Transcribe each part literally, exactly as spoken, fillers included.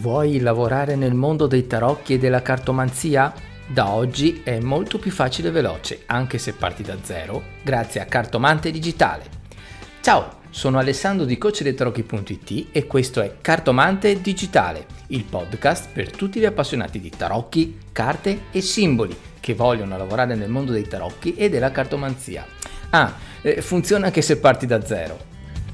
Vuoi lavorare nel mondo dei tarocchi e della cartomanzia? Da oggi è molto più facile e veloce, anche se parti da zero, grazie a Cartomante Digitale. Ciao, sono Alessandro di coach dei tarocchi punto it e questo è Cartomante Digitale, il podcast per tutti gli appassionati di tarocchi, carte e simboli che vogliono lavorare nel mondo dei tarocchi e della cartomanzia. Ah, eh, funziona anche se parti da zero.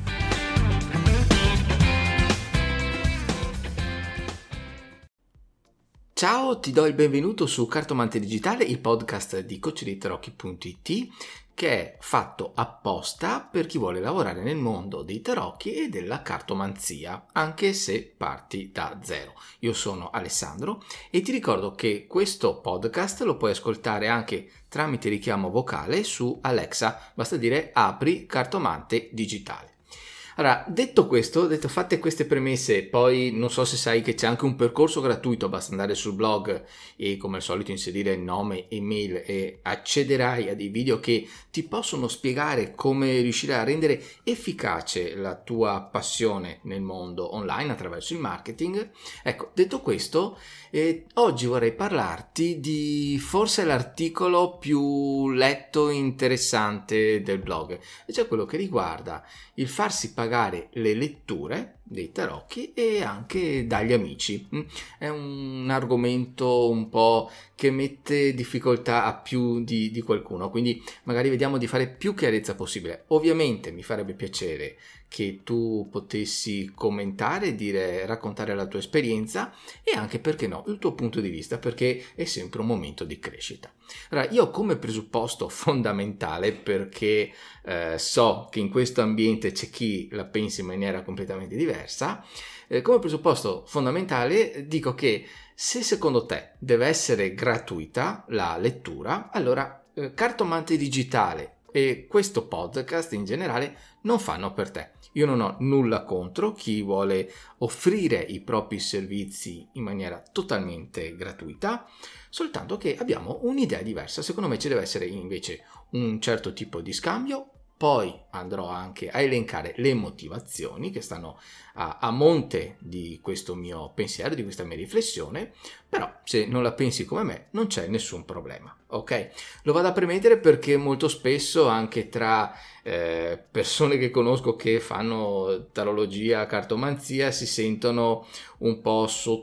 Ciao, ti do il benvenuto su Cartomante Digitale, il podcast di coach dei tarocchi punto it che è fatto apposta per chi vuole lavorare nel mondo dei tarocchi e della cartomanzia, anche se parti da zero. Io sono Alessandro e ti ricordo che questo podcast lo puoi ascoltare anche tramite richiamo vocale su Alexa, basta dire apri Cartomante Digitale. Allora, detto questo, detto fatte queste premesse, poi non so se sai che c'è anche un percorso gratuito, basta andare sul blog e come al solito inserire nome, email e accederai a dei video che ti possono spiegare come riuscire a rendere efficace la tua passione nel mondo online attraverso il marketing. Ecco, detto questo, eh, oggi vorrei parlarti di forse l'articolo più letto e interessante del blog, e cioè quello che riguarda il farsi pagare le letture dei tarocchi e anche dagli amici. È un argomento un po' che mette difficoltà a più di, di qualcuno, quindi magari vediamo di fare più chiarezza possibile. Ovviamente mi farebbe piacere che tu potessi commentare, dire, raccontare la tua esperienza e anche, perché no, il tuo punto di vista, perché è sempre un momento di crescita. Allora, io come presupposto fondamentale, perché eh, so che in questo ambiente c'è chi la pensa in maniera completamente diversa, eh, come presupposto fondamentale dico che se secondo te deve essere gratuita la lettura, allora eh, Cartomante Digitale e questo podcast in generale non fanno per te. Io non ho nulla contro chi vuole offrire i propri servizi in maniera totalmente gratuita, soltanto che abbiamo un'idea diversa. Secondo me ci deve essere invece un certo tipo di scambio. Poi andrò anche a elencare le motivazioni che stanno a, a monte di questo mio pensiero, di questa mia riflessione, però se non la pensi come me non c'è nessun problema, ok? Lo vado a premettere perché molto spesso anche tra eh, persone che conosco che fanno tarologia, cartomanzia, si sentono un po'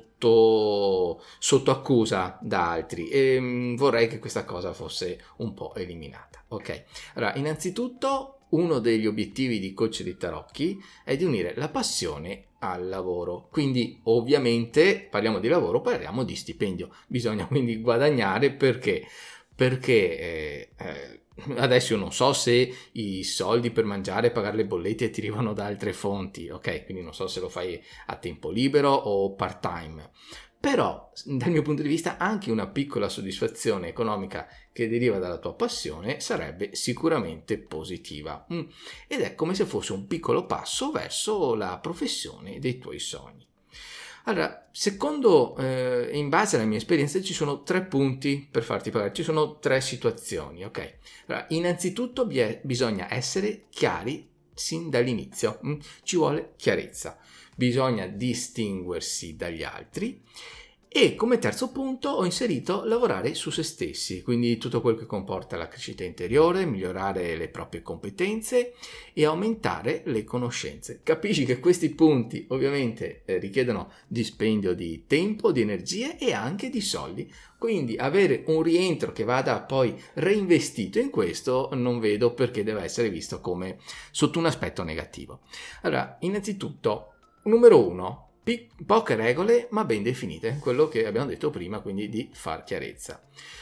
sotto, sotto accusa da altri e mh, vorrei che questa cosa fosse un po' eliminata. Ok, allora innanzitutto uno degli obiettivi di coach dei tarocchi è di unire la passione al lavoro, quindi ovviamente parliamo di lavoro, parliamo di stipendio, bisogna quindi guadagnare perché perché eh, eh, adesso io non so se i soldi per mangiare e pagare le bollette ti arrivano da altre fonti, ok, quindi non so se lo fai a tempo libero o part time. Però dal mio punto di vista anche una piccola soddisfazione economica che deriva dalla tua passione sarebbe sicuramente positiva mm. ed è come se fosse un piccolo passo verso la professione dei tuoi sogni. Allora, secondo, eh, in base alla mia esperienza ci sono tre punti per farti pagare, ci sono tre situazioni, ok? Allora, innanzitutto bie- bisogna essere chiari sin dall'inizio, mm? Ci vuole chiarezza. Bisogna distinguersi dagli altri e come terzo punto ho inserito lavorare su se stessi, quindi tutto quello che comporta la crescita interiore, migliorare le proprie competenze e aumentare le conoscenze. Capisci che questi punti ovviamente eh, richiedono dispendio di tempo, di energie e anche di soldi, quindi avere un rientro che vada poi reinvestito in questo non vedo perché deve essere visto come sotto un aspetto negativo. Allora, innanzitutto numero uno, pic- poche regole ma ben definite, quello che abbiamo detto prima, quindi di far chiarezza.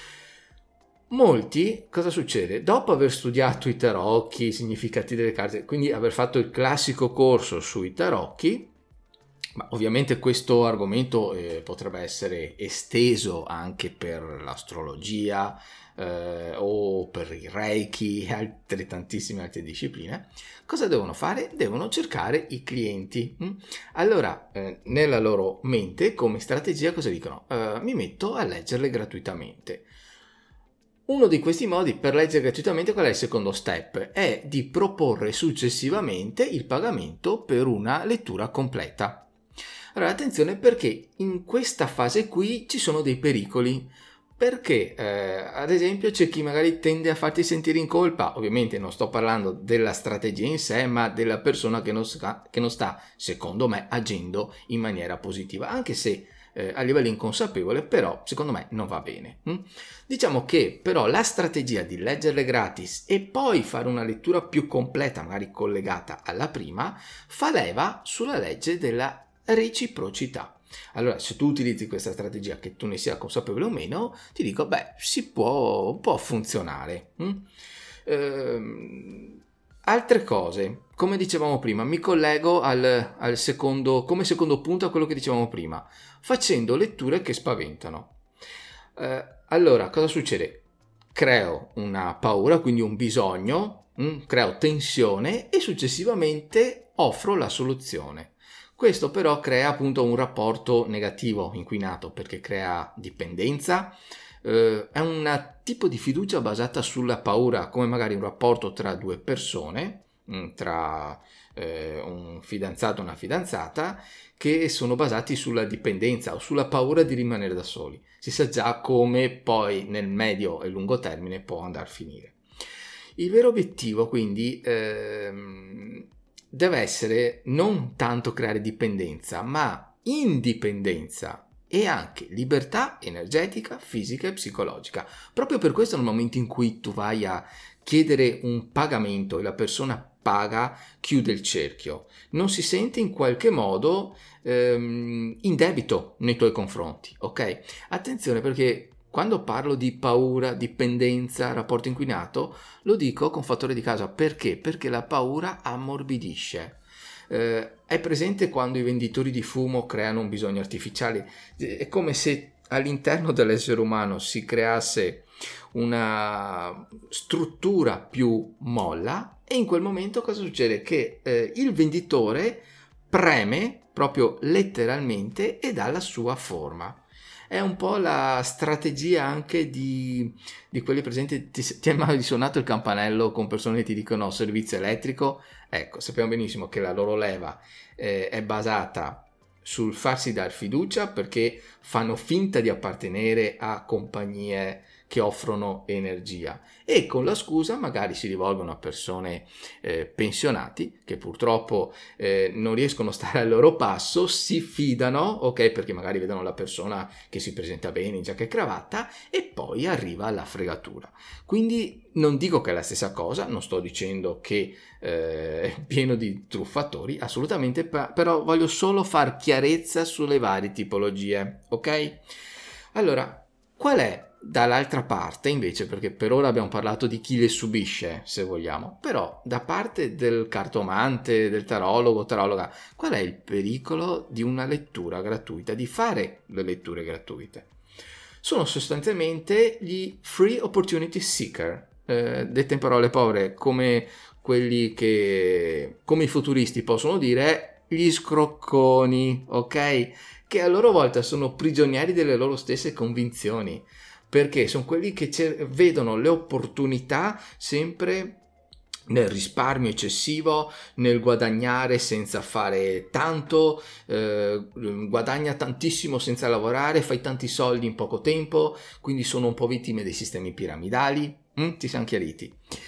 Molti, cosa succede? Dopo aver studiato i tarocchi, i significati delle carte, quindi aver fatto il classico corso sui tarocchi, ma ovviamente questo argomento eh, potrebbe essere esteso anche per l'astrologia eh, o per il Reiki e altre tantissime altre discipline. Cosa devono fare? Devono cercare i clienti. Allora, eh, nella loro mente, come strategia, cosa dicono? Eh, mi metto a leggerle gratuitamente. Uno di questi modi per leggere gratuitamente, qual è il secondo step? È di proporre successivamente il pagamento per una lettura completa. Allora attenzione, perché in questa fase qui ci sono dei pericoli. Perché eh, ad esempio c'è chi magari tende a farti sentire in colpa. Ovviamente non sto parlando della strategia in sé, ma della persona che non sta, che non sta secondo me agendo in maniera positiva, anche se eh, a livello inconsapevole, però secondo me non va bene. hm? Diciamo che però la strategia di leggerle gratis e poi fare una lettura più completa, magari collegata alla prima, fa leva sulla legge della reciprocità. Allora, se tu utilizzi questa strategia, che tu ne sia consapevole o meno, ti dico, beh, si può, può funzionare. hm? Ehm, altre cose, come dicevamo prima, mi collego al, al secondo, come secondo punto a quello che dicevamo prima, facendo letture che spaventano. Eh, allora, cosa succede? Creo una paura, quindi un bisogno, hm? creo tensione e successivamente offro la soluzione. Questo però crea appunto un rapporto negativo, inquinato, perché crea dipendenza, eh, è un tipo di fiducia basata sulla paura, come magari un rapporto tra due persone, tra eh, un fidanzato e una fidanzata, che sono basati sulla dipendenza o sulla paura di rimanere da soli. Si sa già come poi nel medio e lungo termine può andare a finire. Il vero obiettivo quindi ehm, deve essere non tanto creare dipendenza, ma indipendenza e anche libertà energetica, fisica e psicologica. Proprio per questo nel momento in cui tu vai a chiedere un pagamento e la persona paga, chiude il cerchio, non si sente in qualche modo ehm, in debito nei tuoi confronti, ok? Attenzione, perché quando parlo di paura, dipendenza, rapporto inquinato, lo dico con fattore di casa. Perché? Perché la paura ammorbidisce. Eh, è presente quando i venditori di fumo creano un bisogno artificiale? È come se all'interno dell'essere umano si creasse una struttura più molla e in quel momento cosa succede? Che eh, il venditore preme proprio letteralmente e dà la sua forma. È un po' la strategia anche di, di quelli presenti. Ti, ti è mai risuonato il campanello con persone che ti dicono servizio elettrico? Ecco, sappiamo benissimo che la loro leva eh, è basata sul farsi dar fiducia, perché fanno finta di appartenere a compagnie che offrono energia e con la scusa magari si rivolgono a persone eh, pensionati che purtroppo eh, non riescono a stare al loro passo, si fidano, ok, perché magari vedono la persona che si presenta bene in giacca e cravatta e poi arriva alla fregatura. Quindi non dico che è la stessa cosa, non sto dicendo che eh, è pieno di truffatori, assolutamente, però voglio solo far chiarezza sulle varie tipologie, ok? Allora, qual è dall'altra parte invece, perché per ora abbiamo parlato di chi le subisce, se vogliamo, però da parte del cartomante, del tarologo, tarologa, qual è il pericolo di una lettura gratuita, di fare le letture gratuite? Sono sostanzialmente gli free opportunity seeker, eh, dette in parole povere, come quelli che, come i futuristi possono dire, gli scrocconi, ok? Che a loro volta sono prigionieri delle loro stesse convinzioni, perché sono quelli che cer- vedono le opportunità sempre nel risparmio eccessivo, nel guadagnare senza fare tanto, eh, guadagna tantissimo senza lavorare, fai tanti soldi in poco tempo, quindi sono un po' vittime dei sistemi piramidali. Mm? Ti siamo chiariti?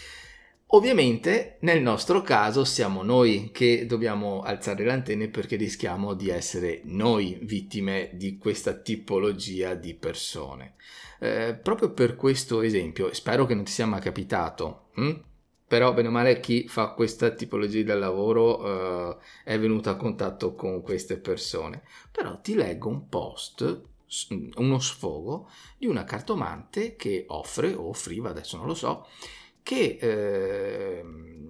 Ovviamente nel nostro caso siamo noi che dobbiamo alzare le antenne, perché rischiamo di essere noi vittime di questa tipologia di persone. Eh, proprio per questo esempio, spero che non ti sia mai capitato, hm? Però bene o male chi fa questa tipologia di lavoro eh, è venuto a contatto con queste persone. Però ti leggo un post, uno sfogo di una cartomante che offre o offriva, adesso non lo so, che eh,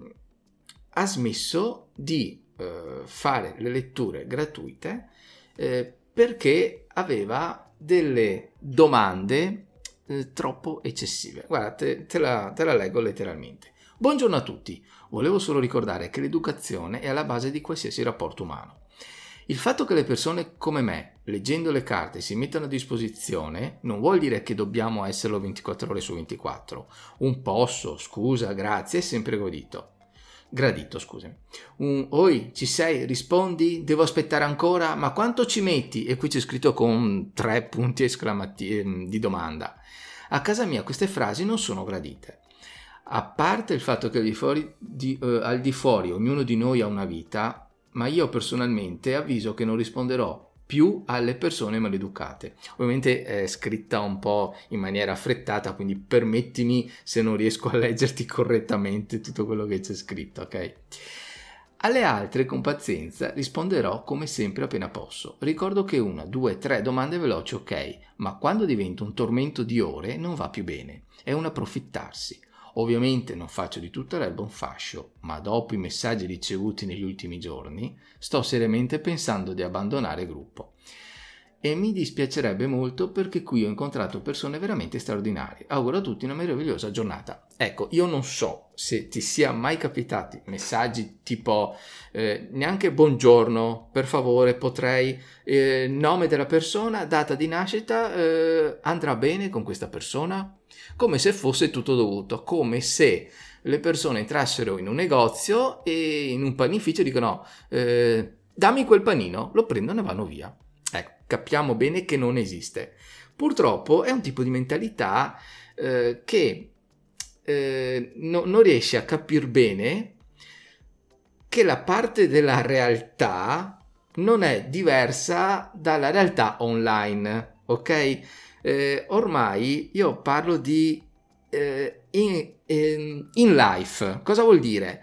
ha smesso di eh, fare le letture gratuite eh, perché aveva delle domande eh, troppo eccessive. Guarda, te, te, la, te la leggo letteralmente. Buongiorno a tutti, volevo solo ricordare che l'educazione è alla base di qualsiasi rapporto umano. Il fatto che le persone come me, leggendo le carte, si mettano a disposizione non vuol dire che dobbiamo esserlo ventiquattro ore su ventiquattro. Un posso, scusa, grazie è sempre godito. gradito, scusami. Un oi, ci sei? Rispondi? Devo aspettare ancora? Ma quanto ci metti? E qui c'è scritto con tre punti esclamativi di domanda. A casa mia queste frasi non sono gradite. A parte il fatto che al di fuori, di, uh, al di fuori ognuno di noi ha una vita, ma io personalmente avviso che non risponderò più alle persone maleducate. Ovviamente è scritta un po' in maniera affrettata, quindi permettimi se non riesco a leggerti correttamente tutto quello che c'è scritto, ok? Alle altre con pazienza risponderò come sempre appena posso. Ricordo che una, due, tre domande veloci ok, ma quando diventa un tormento di ore non va più bene, è un approfittarsi. Ovviamente non faccio di tutta l'erba un fascio, ma dopo i messaggi ricevuti negli ultimi giorni sto seriamente pensando di abbandonare il gruppo. E mi dispiacerebbe molto perché qui ho incontrato persone veramente straordinarie. Auguro a tutti una meravigliosa giornata. Ecco, io non so se ti sia mai capitati messaggi tipo eh, neanche buongiorno, per favore potrei, eh, nome della persona, data di nascita, eh, andrà bene con questa persona? Come se fosse tutto dovuto, come se le persone entrassero in un negozio e in un panificio dicono eh, dammi quel panino, lo prendono e vanno via. Ecco, capiamo bene che non esiste. Purtroppo è un tipo di mentalità eh, che eh, no, non riesce a capire bene che la parte della realtà non è diversa dalla realtà online, ok? Eh, ormai io parlo di eh, in, in, in life. Cosa vuol dire?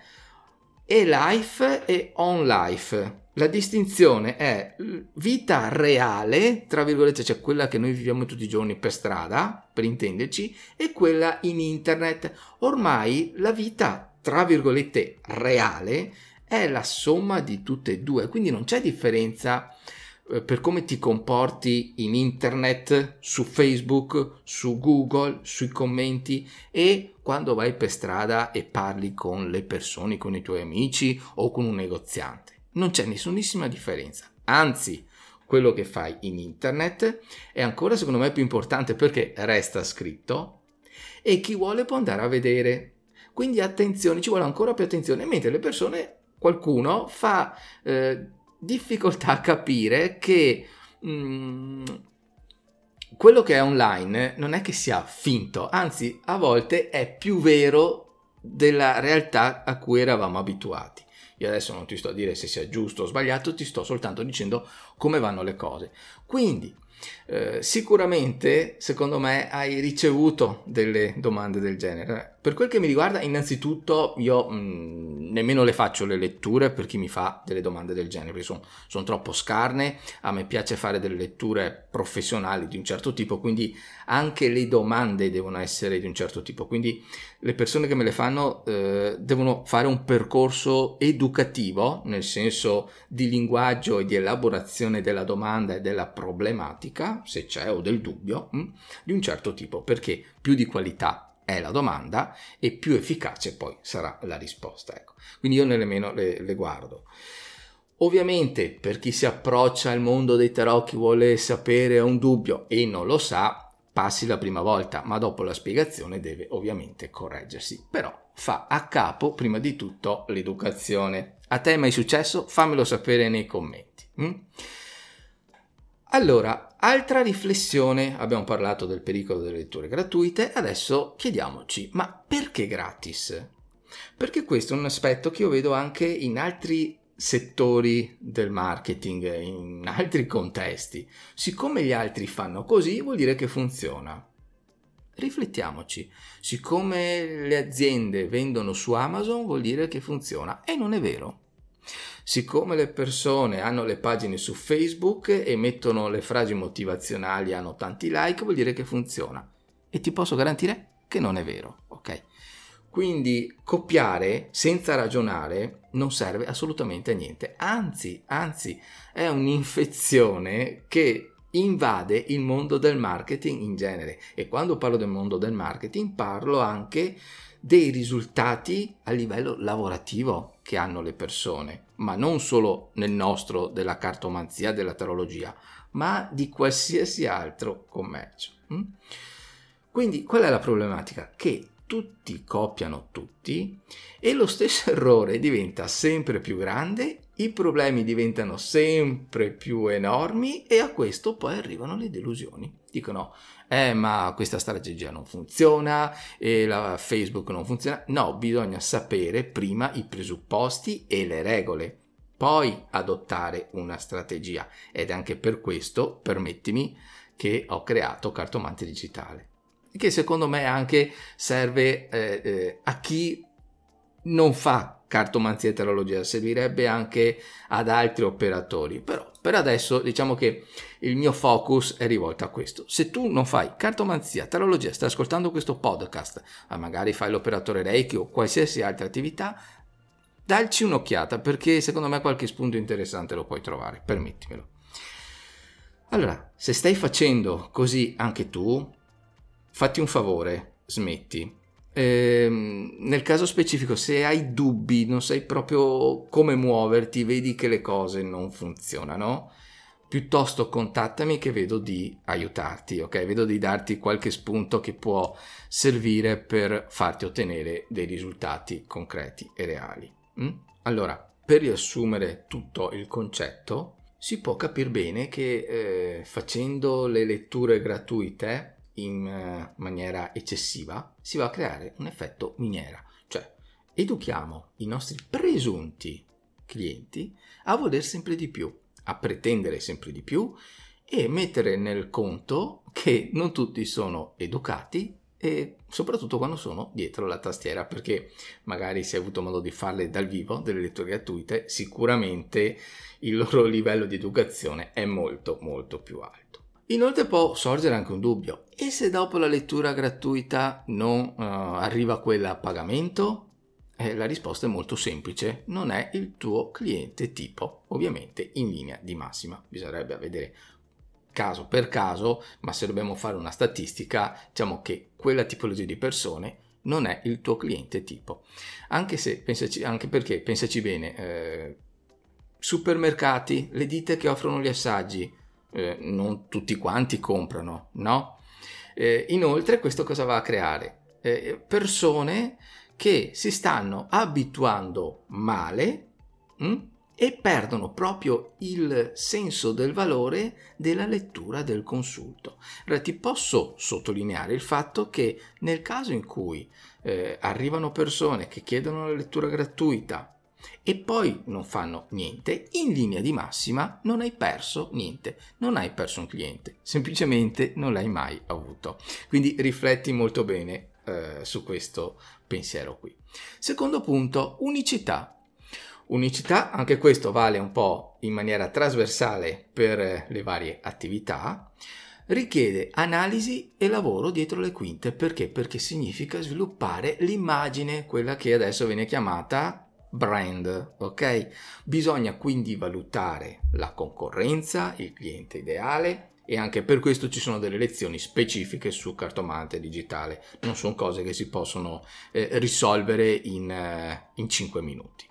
E life e on life. La distinzione è vita reale, tra virgolette, cioè quella che noi viviamo tutti i giorni per strada, per intenderci, e quella in internet. Ormai la vita, tra virgolette, reale è la somma di tutte e due, quindi non c'è differenza per come ti comporti in internet, su Facebook, su Google, sui commenti e quando vai per strada e parli con le persone, con i tuoi amici o con un negoziante. Non c'è nessunissima differenza. Anzi, quello che fai in internet è ancora secondo me più importante perché resta scritto e chi vuole può andare a vedere. Quindi attenzione, ci vuole ancora più attenzione, mentre le persone, qualcuno fa eh, difficoltà a capire che mh, quello che è online non è che sia finto, anzi a volte è più vero della realtà a cui eravamo abituati. Io adesso non ti sto a dire se sia giusto o sbagliato, ti sto soltanto dicendo come vanno le cose. Quindi eh, sicuramente secondo me hai ricevuto delle domande del genere. Per quel che mi riguarda, innanzitutto io mh, nemmeno le faccio le letture per chi mi fa delle domande del genere, perché sono, sono troppo scarne. A me piace fare delle letture professionali di un certo tipo, quindi anche le domande devono essere di un certo tipo, quindi le persone che me le fanno eh, devono fare un percorso educativo, nel senso di linguaggio e di elaborazione della domanda e della problematica, se c'è, o del dubbio, mh, di un certo tipo, perché più di qualità è la domanda e più efficace poi sarà la risposta, ecco. Quindi io nemmeno le, le guardo. Ovviamente per chi si approccia al mondo dei tarocchi, vuole sapere, ha un dubbio e non lo sa, passi la prima volta, ma dopo la spiegazione deve ovviamente correggersi, però fa a capo prima di tutto l'educazione. A te è mai successo? Fammelo sapere nei commenti. hm? Allora, altra riflessione, abbiamo parlato del pericolo delle letture gratuite, adesso chiediamoci, ma perché gratis? Perché questo è un aspetto che io vedo anche in altri settori del marketing, in altri contesti. Siccome gli altri fanno così, vuol dire che funziona. Riflettiamoci, siccome le aziende vendono su Amazon, vuol dire che funziona, e non è vero. Siccome le persone hanno le pagine su Facebook e mettono le frasi motivazionali, hanno tanti like, vuol dire che funziona. E ti posso garantire che non è vero, ok? Quindi copiare senza ragionare non serve assolutamente a niente. Anzi, anzi, è un'infezione che invade il mondo del marketing in genere. E quando parlo del mondo del marketing parlo anche dei risultati a livello lavorativo che hanno le persone, ma non solo nel nostro della cartomanzia, della tarologia, ma di qualsiasi altro commercio. Quindi qual è la problematica? Che tutti copiano tutti e lo stesso errore diventa sempre più grande, i problemi diventano sempre più enormi e a questo poi arrivano le delusioni. Dicono, eh ma questa strategia non funziona, e la Facebook non funziona. No, bisogna sapere prima i presupposti e le regole, poi adottare una strategia, ed è anche per questo, permettimi, che ho creato Cartomante Digitale, che secondo me anche serve eh, eh, a chi non fa cartomanzia e tarologia, servirebbe anche ad altri operatori, però per adesso diciamo che il mio focus è rivolto a questo. Se tu non fai cartomanzia, tarologia, stai ascoltando questo podcast, ma magari fai l'operatore Reiki o qualsiasi altra attività, dacci un'occhiata, perché secondo me qualche spunto interessante lo puoi trovare, permettimelo. Allora, se stai facendo così anche tu, fatti un favore, smetti. Ehm, nel caso specifico, se hai dubbi, non sai proprio come muoverti, vedi che le cose non funzionano, piuttosto contattami che vedo di aiutarti, ok? Vedo di darti qualche spunto che può servire per farti ottenere dei risultati concreti e reali. Mm? Allora, per riassumere tutto il concetto, si può capire bene che eh, facendo le letture gratuite in uh, maniera eccessiva si va a creare un effetto miniera, cioè educhiamo i nostri presunti clienti a voler sempre di più, a pretendere sempre di più e mettere nel conto che non tutti sono educati, e soprattutto quando sono dietro la tastiera, perché magari se hai avuto modo di farle dal vivo, delle letture gratuite, sicuramente il loro livello di educazione è molto molto più alto. Inoltre può sorgere anche un dubbio: e se dopo la lettura gratuita non uh, arriva quella a pagamento? Eh, la risposta è molto semplice: non è il tuo cliente tipo. Ovviamente in linea di massima bisognerebbe vedere caso per caso, ma se dobbiamo fare una statistica, diciamo che quella tipologia di persone non è il tuo cliente tipo. Anche se pensaci, anche perché pensaci bene, eh, supermercati, le ditte che offrono gli assaggi, Eh, non tutti quanti comprano, no? Eh, inoltre questo cosa va a creare? Eh, persone che si stanno abituando male mh, e perdono proprio il senso del valore della lettura del consulto. Allora, ti posso sottolineare il fatto che nel caso in cui eh, arrivano persone che chiedono la lettura gratuita e poi non fanno niente, in linea di massima non hai perso niente, non hai perso un cliente, semplicemente non l'hai mai avuto. Quindi rifletti molto bene eh, su questo pensiero qui. Secondo punto, unicità. Unicità, anche questo vale un po' in maniera trasversale per le varie attività, richiede analisi e lavoro dietro le quinte. Perché? Perché significa sviluppare l'immagine, quella che adesso viene chiamata brand, ok? Bisogna quindi valutare la concorrenza, il cliente ideale, e anche per questo ci sono delle lezioni specifiche su Cartomante Digitale. Non sono cose che si possono eh, risolvere in, eh, in cinque minuti.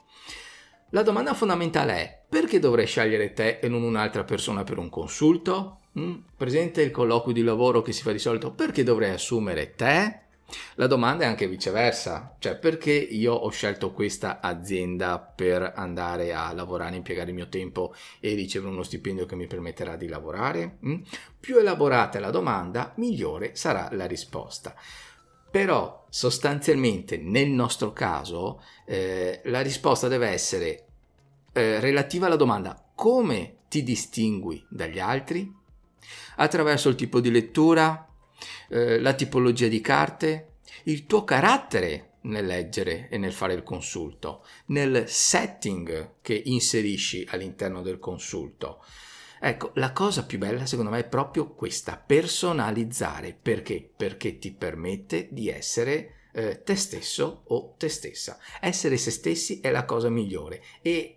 La domanda fondamentale è: perché dovrei scegliere te e non un'altra persona per un consulto? Mm? Presente il colloquio di lavoro che si fa di solito: perché dovrei assumere te? La domanda è anche viceversa, cioè perché io ho scelto questa azienda per andare a lavorare, impiegare il mio tempo e ricevere uno stipendio che mi permetterà di lavorare? Mm? Più elaborata è la domanda, migliore sarà la risposta. Però sostanzialmente nel nostro caso eh, la risposta deve essere eh, relativa alla domanda: come ti distingui dagli altri? Attraverso il tipo di lettura, eh, la tipologia di carte, il tuo carattere nel leggere e nel fare il consulto, nel setting che inserisci all'interno del consulto. Ecco, la cosa più bella secondo me è proprio questa: personalizzare. Perché? Perché ti permette di essere eh, te stesso o te stessa. Essere se stessi è la cosa migliore e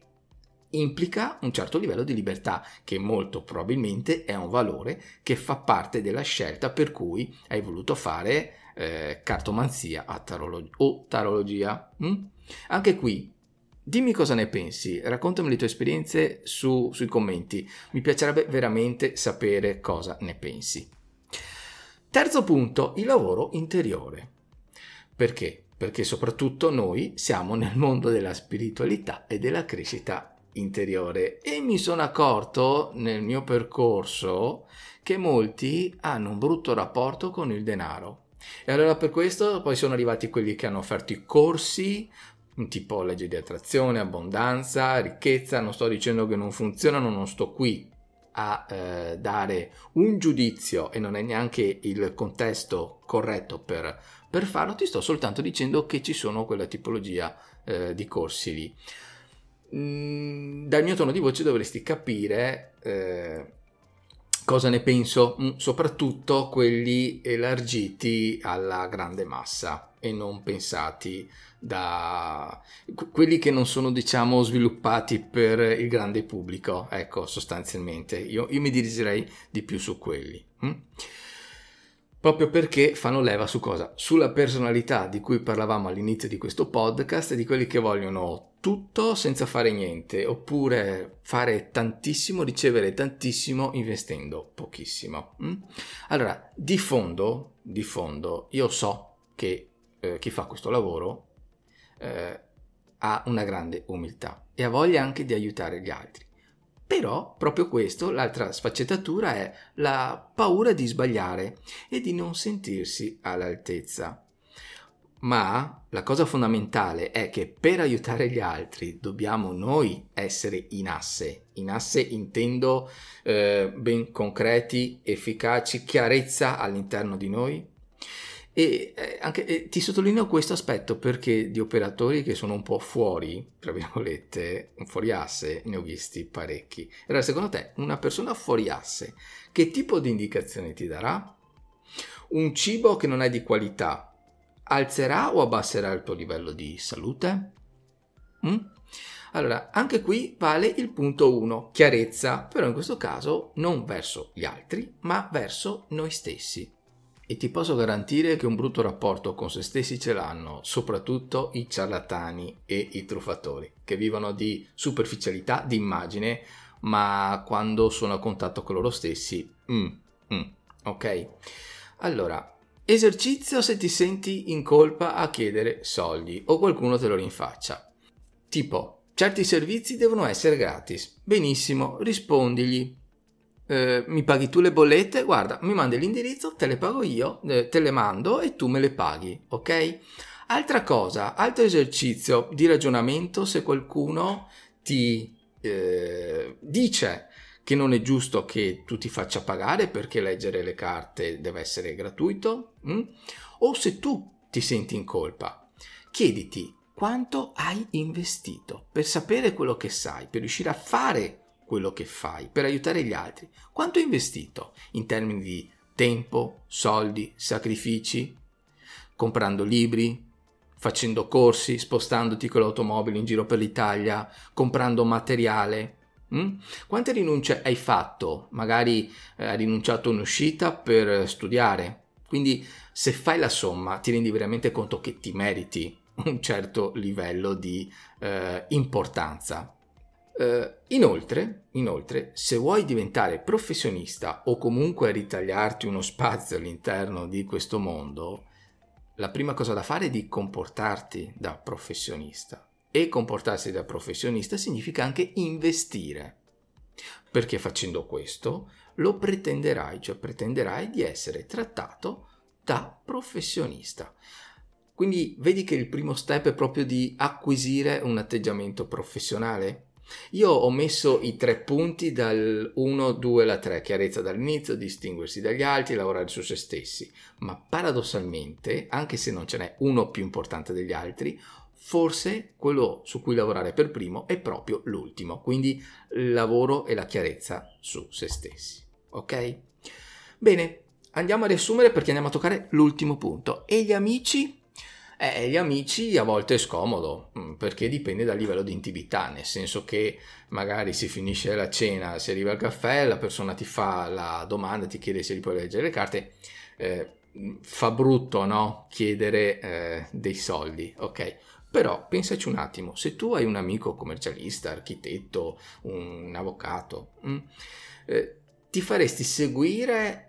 implica un certo livello di libertà, che molto probabilmente è un valore che fa parte della scelta per cui hai voluto fare eh, cartomanzia a tarolo- o tarologia. Mm? Anche qui dimmi cosa ne pensi, raccontami le tue esperienze su, sui commenti, mi piacerebbe veramente sapere cosa ne pensi. Terzo punto, il lavoro interiore. Perché? Perché soprattutto noi siamo nel mondo della spiritualità e della crescita interiore, e mi sono accorto nel mio percorso che molti hanno un brutto rapporto con il denaro, e allora per questo poi sono arrivati quelli che hanno offerto i corsi tipo legge di attrazione, abbondanza, ricchezza. Non sto dicendo che non funzionano, non sto qui a eh, dare un giudizio, e non è neanche il contesto corretto per, per farlo, ti sto soltanto dicendo che ci sono quella tipologia eh, di corsi lì. Mm, dal mio tono di voce dovresti capire eh, cosa ne penso, mm, soprattutto quelli elargiti alla grande massa e non pensati da quelli che non sono, diciamo, sviluppati per il grande pubblico. Ecco, sostanzialmente io, io mi dirigerei di più su quelli, hm? Proprio perché fanno leva su cosa? Sulla personalità di cui parlavamo all'inizio di questo podcast, di quelli che vogliono tutto senza fare niente, oppure fare tantissimo, ricevere tantissimo investendo pochissimo, hm? Allora, di fondo, di fondo io so che eh, chi fa questo lavoro Eh, ha una grande umiltà e ha voglia anche di aiutare gli altri. Però proprio questo, l'altra sfaccettatura, è la paura di sbagliare e di non sentirsi all'altezza. Ma la cosa fondamentale è che per aiutare gli altri dobbiamo noi essere in asse. In asse intendo eh, ben concreti, efficaci, chiarezza all'interno di noi. E eh, anche eh, ti sottolineo questo aspetto perché di operatori che sono un po' fuori, tra virgolette, fuori asse, ne ho visti parecchi. Allora, secondo te, una persona fuori asse, che tipo di indicazione ti darà? Un cibo che non è di qualità alzerà o abbasserà il tuo livello di salute? Mm? Allora, anche qui vale il punto uno, chiarezza, però in questo caso non verso gli altri, ma verso noi stessi. E ti posso garantire che un brutto rapporto con se stessi ce l'hanno soprattutto i ciarlatani e i truffatori, che vivono di superficialità, di immagine, ma quando sono a contatto con loro stessi, mm, mm, ok? Allora, esercizio se ti senti in colpa a chiedere soldi o qualcuno te lo rinfaccia. Tipo, certi servizi devono essere gratis. Benissimo, rispondigli. Eh, mi paghi tu le bollette? Guarda, mi mandi l'indirizzo, te le pago io, eh, te le mando e tu me le paghi, ok? Altra cosa, altro esercizio di ragionamento: se qualcuno ti eh, dice che non è giusto che tu ti faccia pagare perché leggere le carte deve essere gratuito, hm? O se tu ti senti in colpa, chiediti quanto hai investito per sapere quello che sai, per riuscire a fare quello che fai, per aiutare gli altri. Quanto hai investito in termini di tempo, soldi, sacrifici, comprando libri, facendo corsi, spostandoti con l'automobile in giro per l'Italia, comprando materiale? Mm? Quante rinunce hai fatto? Magari eh, hai rinunciato a un'uscita per studiare. Quindi se fai la somma ti rendi veramente conto che ti meriti un certo livello di eh, importanza. Uh, inoltre, inoltre, se vuoi diventare professionista o comunque ritagliarti uno spazio all'interno di questo mondo, la prima cosa da fare è di comportarti da professionista. E comportarsi da professionista significa anche investire, perché facendo questo lo pretenderai, cioè pretenderai di essere trattato da professionista. Quindi vedi che il primo step è proprio di acquisire un atteggiamento professionale. Io ho messo i tre punti dal uno, due alla tre, chiarezza dall'inizio, distinguersi dagli altri, lavorare su se stessi, ma paradossalmente, anche se non ce n'è uno più importante degli altri, forse quello su cui lavorare per primo è proprio l'ultimo, quindi il lavoro e la chiarezza su se stessi, ok? Bene, andiamo a riassumere perché andiamo a toccare l'ultimo punto. E gli amici? Eh, gli amici a volte è scomodo perché dipende dal livello di intimità, nel senso che magari si finisce la cena, si arriva al caffè, la persona ti fa la domanda, ti chiede se gli puoi leggere le carte, eh, fa brutto, no? Chiedere eh, dei soldi, ok? Però pensaci un attimo, se tu hai un amico commercialista, architetto, un avvocato, mh, eh, ti faresti seguire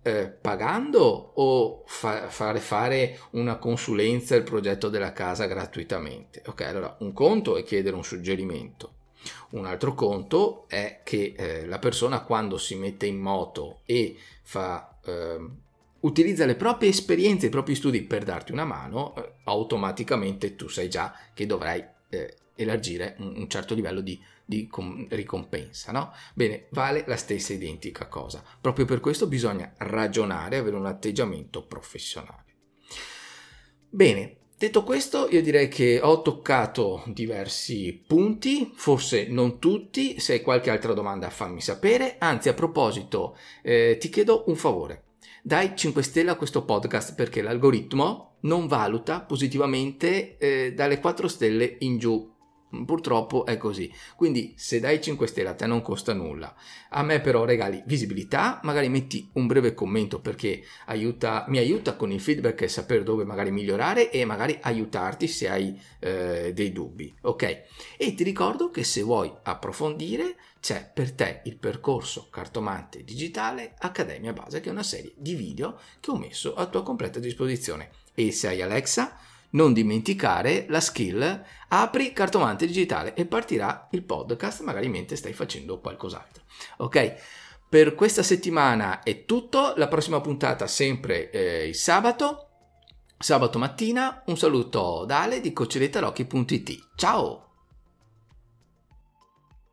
eh, pagando o fa- fare fare una consulenza il progetto della casa gratuitamente? Ok, allora un conto è chiedere un suggerimento. Un altro conto è che eh, la persona quando si mette in moto e fa, eh, utilizza le proprie esperienze, i propri studi per darti una mano, eh, automaticamente tu sai già che dovrai eh, elargire un, un certo livello di, di com- ricompensa, no? Bene, vale la stessa identica cosa. Proprio per questo bisogna ragionare, avere un atteggiamento professionale. Bene. Detto questo, io direi che ho toccato diversi punti, forse non tutti. Se hai qualche altra domanda fammi sapere. Anzi, a proposito, eh, ti chiedo un favore. Dai cinque stelle a questo podcast perché l'algoritmo non valuta positivamente eh, dalle quattro stelle in giù. Purtroppo è così. Quindi se dai cinque stelle a te non costa nulla. A me però regali visibilità, magari metti un breve commento perché aiuta, mi aiuta con il feedback e sapere dove magari migliorare e magari aiutarti se hai eh, dei dubbi, ok? E ti ricordo che se vuoi approfondire c'è per te il percorso Cartomante Digitale Accademia Base, che è una serie di video che ho messo a tua completa disposizione. E se hai Alexa, non dimenticare la skill apri Cartomante Digitale e partirà il podcast magari mentre stai facendo qualcos'altro. Ok? Per questa settimana è tutto, la prossima puntata sempre eh, il sabato, sabato mattina. Un saluto da Ale di coach dei tarocchi punto it. Ciao!